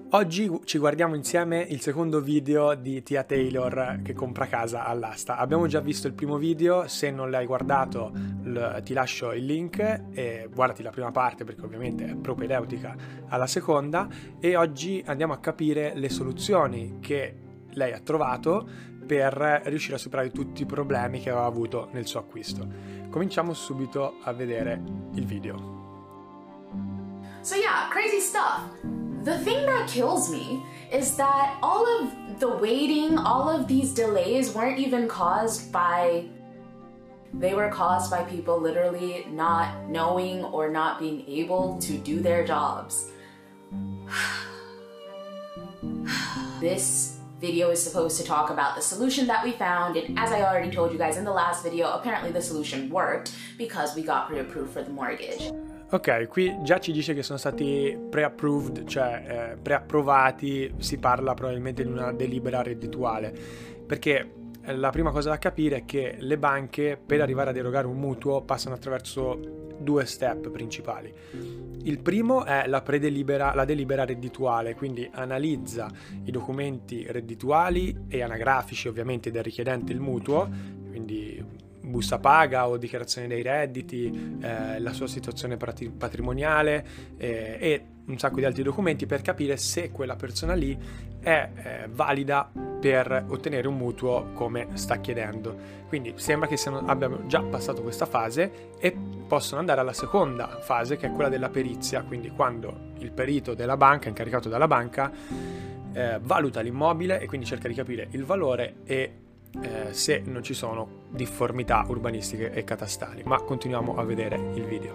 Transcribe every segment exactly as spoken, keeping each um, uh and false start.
Oggi ci guardiamo insieme il secondo video di Tia Taylor che compra casa all'asta. Abbiamo già visto il primo video, se non l'hai guardato ti lascio il link e guardati la prima parte perché ovviamente è propedeutica alla seconda, e oggi andiamo a capire le soluzioni che lei ha trovato per riuscire a superare tutti i problemi che aveva avuto nel suo acquisto. Cominciamo subito a vedere il video. So yeah, crazy stuff. The thing that kills me is that all of the waiting, all of these delays weren't even caused by, they were caused by people literally not knowing or not being able to do their jobs. This video is supposed to talk about the solution that we found, and as I already told you guys in the last video, apparently the solution worked because we got pre-approved for the mortgage. Ok, qui già ci dice che sono stati pre-approved, cioè eh, preapprovati, si parla probabilmente di una delibera reddituale, perché la prima cosa da capire è che le banche per arrivare ad erogare un mutuo passano attraverso due step principali. Il primo è la predelibera, la delibera reddituale, quindi analizza i documenti reddituali e anagrafici ovviamente del richiedente il mutuo, quindi busta paga o dichiarazione dei redditi, eh, la sua situazione patrimoniale eh, e un sacco di altri documenti per capire se quella persona lì è eh, valida per ottenere un mutuo come sta chiedendo. Quindi sembra che siano, abbiamo già passato questa fase e possono andare alla seconda fase, che è quella della perizia, quindi quando il perito della banca, incaricato dalla banca, eh, valuta l'immobile e quindi cerca di capire il valore e Eh, se non ci sono difformità urbanistiche e catastali. Ma continuiamo a vedere il video.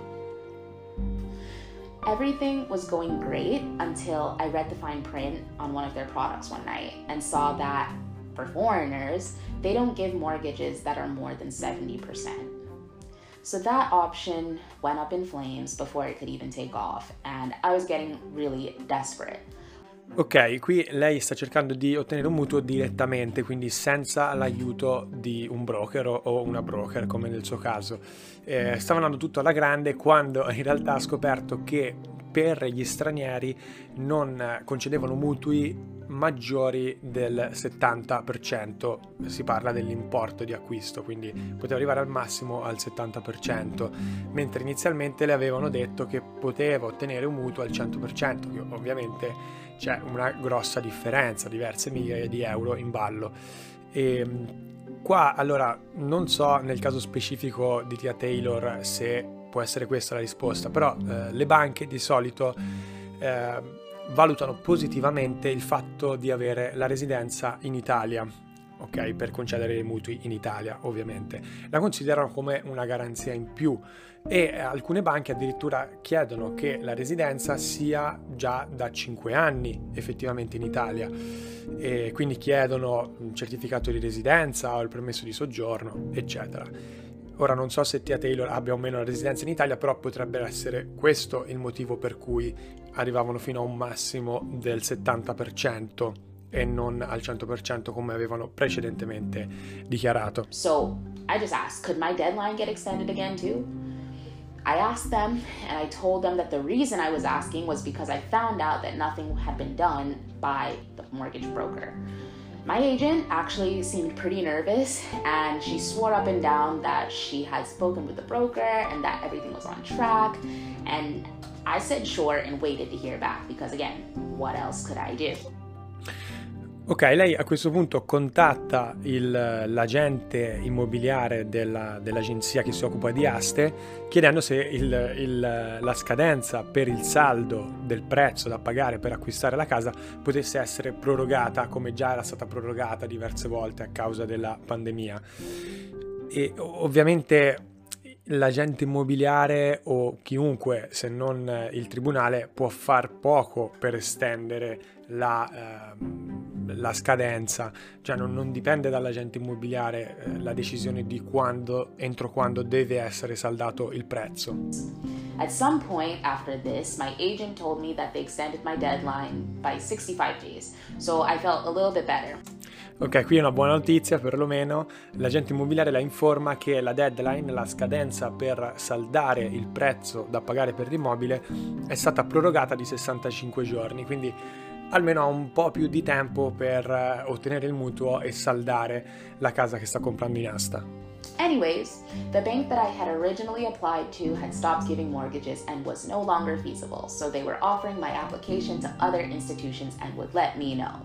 Everything was going great until I read the fine print on one of their products one night and saw that for foreigners, they don't give mortgages that are more than seventy percent. So that option went up in flames before it could even take off, and I was getting really desperate. Ok, qui lei sta cercando di ottenere un mutuo direttamente, quindi senza l'aiuto di un broker o una broker, come nel suo caso. Eh, stava andando tutto alla grande quando in realtà ha scoperto che per gli stranieri non concedevano mutui maggiori del settanta per cento, si parla dell'importo di acquisto, quindi poteva arrivare al massimo al settanta per cento, mentre inizialmente le avevano detto che poteva ottenere un mutuo al cento per cento, che ovviamente c'è una grossa differenza, diverse migliaia di euro in ballo. E qua allora non so nel caso specifico di Tia Taylor se può essere questa la risposta, però eh, le banche di solito eh, valutano positivamente il fatto di avere la residenza in Italia, ok, per concedere i mutui in Italia ovviamente. La considerano come una garanzia in più e alcune banche addirittura chiedono che la residenza sia già da cinque anni effettivamente in Italia, e quindi chiedono un certificato di residenza o il permesso di soggiorno, eccetera. Ora non so se Tia Taylor abbia o meno la residenza in Italia, però potrebbe essere questo il motivo per cui arrivavano fino a un massimo del settanta per cento e non al cento per cento come avevano precedentemente dichiarato. So I just asked, could my deadline get extended again too? I asked them and I told them that the reason I was asking was because I found out that nothing had been done by the mortgage broker. My agent actually seemed pretty nervous and she swore up and down that she had spoken with the broker and that everything was on track, and I said sure and waited to hear back because again, what else could I do? Ok, lei a questo punto contatta l'agente immobiliare della, dell'agenzia che si occupa di aste chiedendo se il, il, la scadenza per il saldo del prezzo da pagare per acquistare la casa potesse essere prorogata, come già era stata prorogata diverse volte a causa della pandemia. E ovviamente l'agente immobiliare o chiunque, se non il tribunale, può far poco per estendere la, eh, la scadenza, cioè non, non dipende dall'agente immobiliare eh, la decisione di quando, entro quando deve essere saldato il prezzo. At some point after this, my agent told me that they extended my deadline by sixty-five days, so I felt a little bit better. Ok, qui è una buona notizia, perlomeno l'agente immobiliare la informa che la deadline, la scadenza per saldare il prezzo da pagare per l'immobile, è stata prorogata di sessantacinque giorni, quindi almeno ha un po' più di tempo per eh, ottenere il mutuo e saldare la casa che sta comprando in asta. Anyways, the bank that I had originally applied to had stopped giving mortgages and was no longer feasible, so they were offering my application to other institutions and would let me know.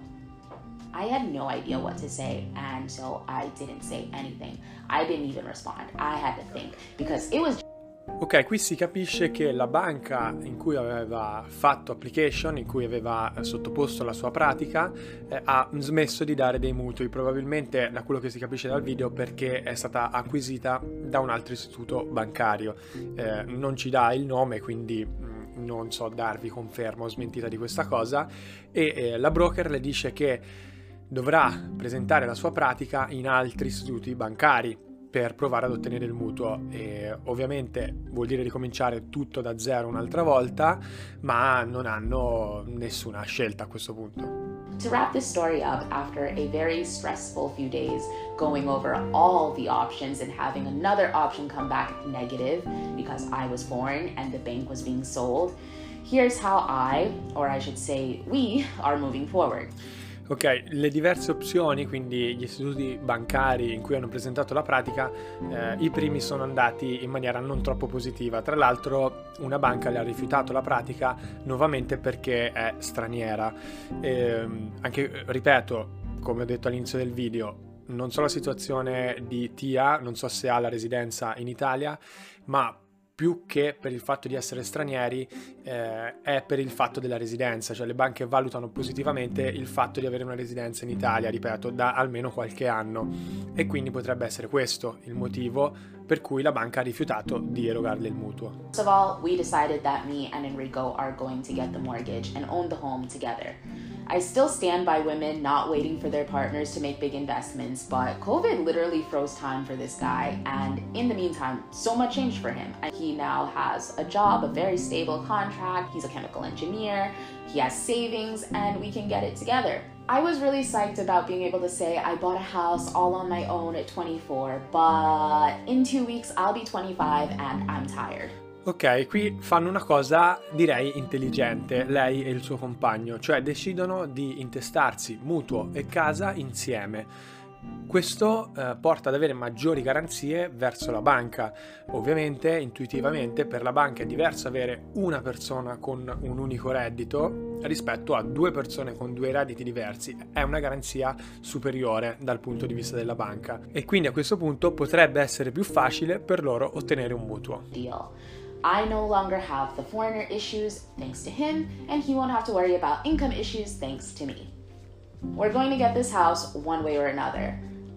I had no idea what to say, and so I didn't say anything. I didn't even respond. I had to think, because it was... Ok, qui si capisce che la banca in cui aveva fatto application, in cui aveva sottoposto la sua pratica, eh, ha smesso di dare dei mutui, probabilmente da quello che si capisce dal video perché è stata acquisita da un altro istituto bancario. Eh, non ci dà il nome, quindi mh, non so darvi conferma o smentita di questa cosa, e eh, la broker le dice che dovrà presentare la sua pratica in altri istituti bancari per provare ad ottenere il mutuo, e ovviamente vuol dire ricominciare tutto da zero un'altra volta, ma non hanno nessuna scelta a questo punto. To wrap this story up, after a very stressful few days going over all the options and having another option come back negative because I was foreign and the bank was being sold, here's how I, or I should say we, are moving forward. Ok, le diverse opzioni, quindi gli istituti bancari in cui hanno presentato la pratica, eh, i primi sono andati in maniera non troppo positiva. Tra l'altro una banca le ha rifiutato la pratica nuovamente perché è straniera. E, anche, ripeto, come ho detto all'inizio del video, non so la situazione di Tia, non so se ha la residenza in Italia, ma più che per il fatto di essere stranieri eh, è per il fatto della residenza, cioè le banche valutano positivamente il fatto di avere una residenza in Italia, ripeto, da almeno qualche anno, e quindi potrebbe essere questo il motivo per cui la banca ha rifiutato di erogarle il mutuo. First of all, we decided that me and Enrico are going to get the mortgage and own the home together. I still stand by women not waiting for their partners to make big investments, but COVID literally froze time for this guy, and in the meantime, so much changed for him. And he now has a job, a very stable contract, he's a chemical engineer, he has savings, and we can get it together. I was really psyched about being able to say I bought a house all on my own at twenty-four, but in two weeks I'll be twenty-five and I'm tired. Ok, qui fanno una cosa direi intelligente, lei e il suo compagno, cioè decidono di intestarsi mutuo e casa insieme. Questo eh, porta ad avere maggiori garanzie verso la banca. Ovviamente, intuitivamente, per la banca è diverso avere una persona con un unico reddito rispetto a due persone con due redditi diversi. È una garanzia superiore dal punto di vista della banca, e quindi a questo punto potrebbe essere più facile per loro ottenere un mutuo. Deal. I no longer have the foreigner issues thanks to him, and he won't have to worry about income issues thanks to me. We're going to get this house one way or another.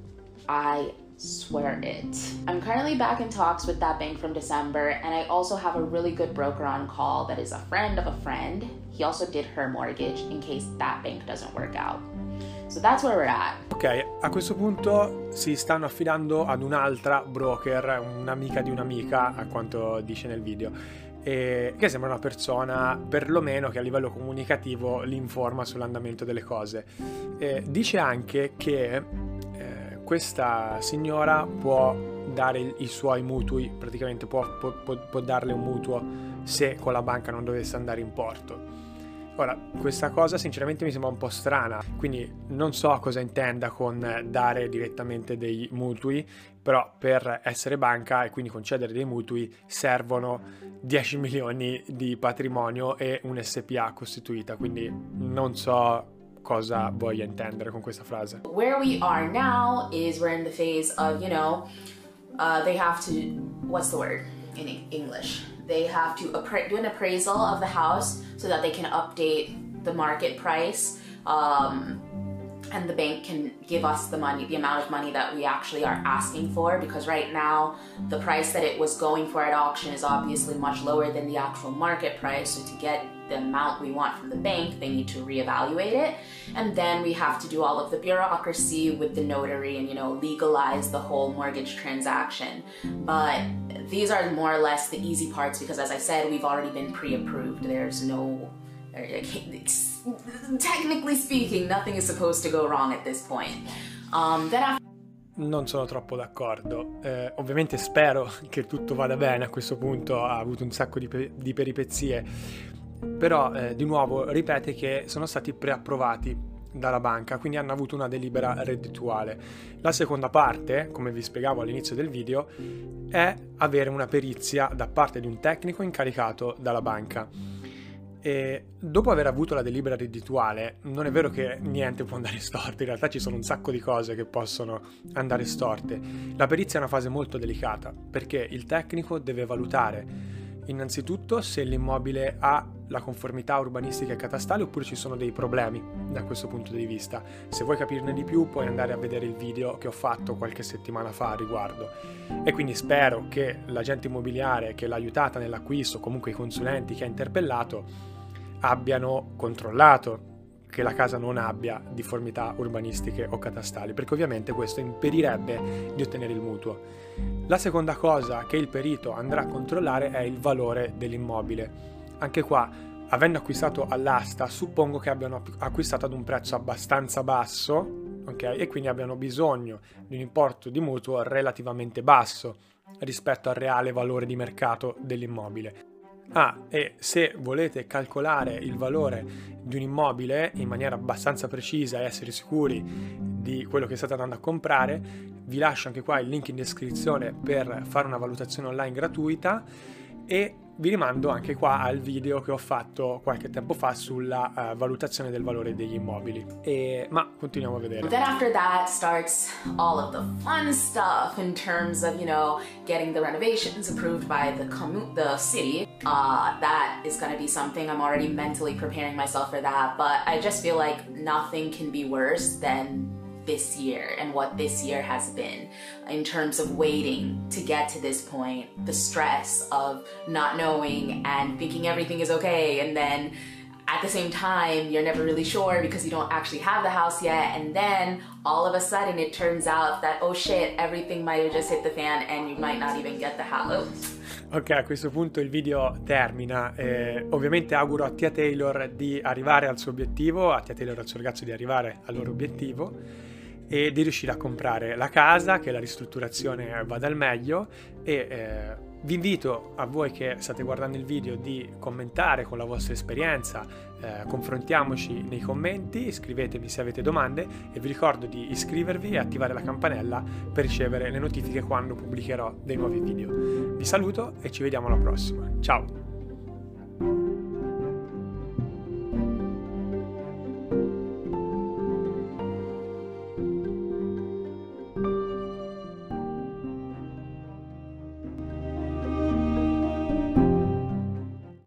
I swear it. I'm currently back in talks with that bank from December, and I also have a really good broker on call that is a friend of a friend. He also did her mortgage in case that bank doesn't work out. So that's where we're at. Ok, a questo punto si stanno affidando ad un'altra broker, un'amica di un'amica, a quanto dice nel video, e che sembra una persona perlomeno che a livello comunicativo li informa sull'andamento delle cose. E dice anche che eh, questa signora può dare i, i suoi mutui, praticamente può, può, può darle un mutuo se con la banca non dovesse andare in porto. Ora, questa cosa sinceramente mi sembra un po' strana, quindi non so cosa intenda con dare direttamente dei mutui, però per essere banca e quindi concedere dei mutui servono dieci milioni di patrimonio e un S P A costituita, quindi non so cosa voglia intendere con questa frase. Where we are now is we're in the phase of, you know, uh, they have to, what's the word in English? They have to do an appraisal of the house so that they can update the market price, um, and the bank can give us the money, the amount of money that we actually are asking for, because right now the price that it was going for at auction is obviously much lower than the actual market price. So to get the amount we want from the bank, they need to reevaluate it, and then we have to do all of the bureaucracy with the notary and, you know, legalize the whole mortgage transaction. But these are more or less the easy parts because, as I said, we've already been pre-approved. There's no, it's, technically speaking, nothing is supposed to go wrong at this point. Um, then after Non sono troppo d'accordo, eh, ovviamente spero che tutto vada bene. A questo punto ha avuto un sacco di, pe- di peripezie, però eh, di nuovo ripete che sono stati preapprovati dalla banca, quindi hanno avuto una delibera reddituale. La seconda parte, come vi spiegavo all'inizio del video, è avere una perizia da parte di un tecnico incaricato dalla banca. E dopo aver avuto la delibera reddituale, non è vero che niente può andare storto, in realtà ci sono un sacco di cose che possono andare storte. La perizia è una fase molto delicata, perché il tecnico deve valutare innanzitutto se l'immobile ha la conformità urbanistica e catastale oppure ci sono dei problemi da questo punto di vista. Se vuoi capirne di più puoi andare a vedere il video che ho fatto qualche settimana fa a riguardo. E quindi spero che l'agente immobiliare che l'ha aiutata nell'acquisto, comunque i consulenti che ha interpellato, abbiano controllato che la casa non abbia difformità urbanistiche o catastali, perché ovviamente questo impedirebbe di ottenere il mutuo. La seconda cosa che il perito andrà a controllare è il valore dell'immobile. Anche qua, avendo acquistato all'asta, suppongo che abbiano acquistato ad un prezzo abbastanza basso, ok? E quindi abbiano bisogno di un importo di mutuo relativamente basso rispetto al reale valore di mercato dell'immobile. Ah, e se volete calcolare il valore di un immobile in maniera abbastanza precisa e essere sicuri di quello che state andando a comprare, vi lascio anche qua il link in descrizione per fare una valutazione online gratuita e vi rimando anche qua al video che ho fatto qualche tempo fa sulla uh, valutazione del valore degli immobili. E, ma continuiamo a vedere. Then after that starts all of the fun stuff in terms of, you know, getting the renovations approved by the commu- the city. Uh, that is going to be something I'm already mentally preparing myself for that, but I just feel like nothing can be worse than this year and what this year has been in terms of waiting to get to this point, the stress of not knowing and thinking everything is okay, and then at the same time you're never really sure because you don't actually have the house yet, and then all of a sudden it turns out that oh shit, everything might have just hit the fan and you might not even get the house. Ok, a questo punto il video termina. Eh, ovviamente auguro a Tia Taylor di arrivare al suo obiettivo, a Tia Taylor e al suo ragazzo di arrivare al loro obiettivo e di riuscire a comprare la casa, che la ristrutturazione vada al meglio. E eh, vi invito a voi che state guardando il video di commentare con la vostra esperienza, eh, confrontiamoci nei commenti, iscrivetevi se avete domande e vi ricordo di iscrivervi e attivare la campanella per ricevere le notifiche quando pubblicherò dei nuovi video. Vi saluto e ci vediamo alla prossima. Ciao!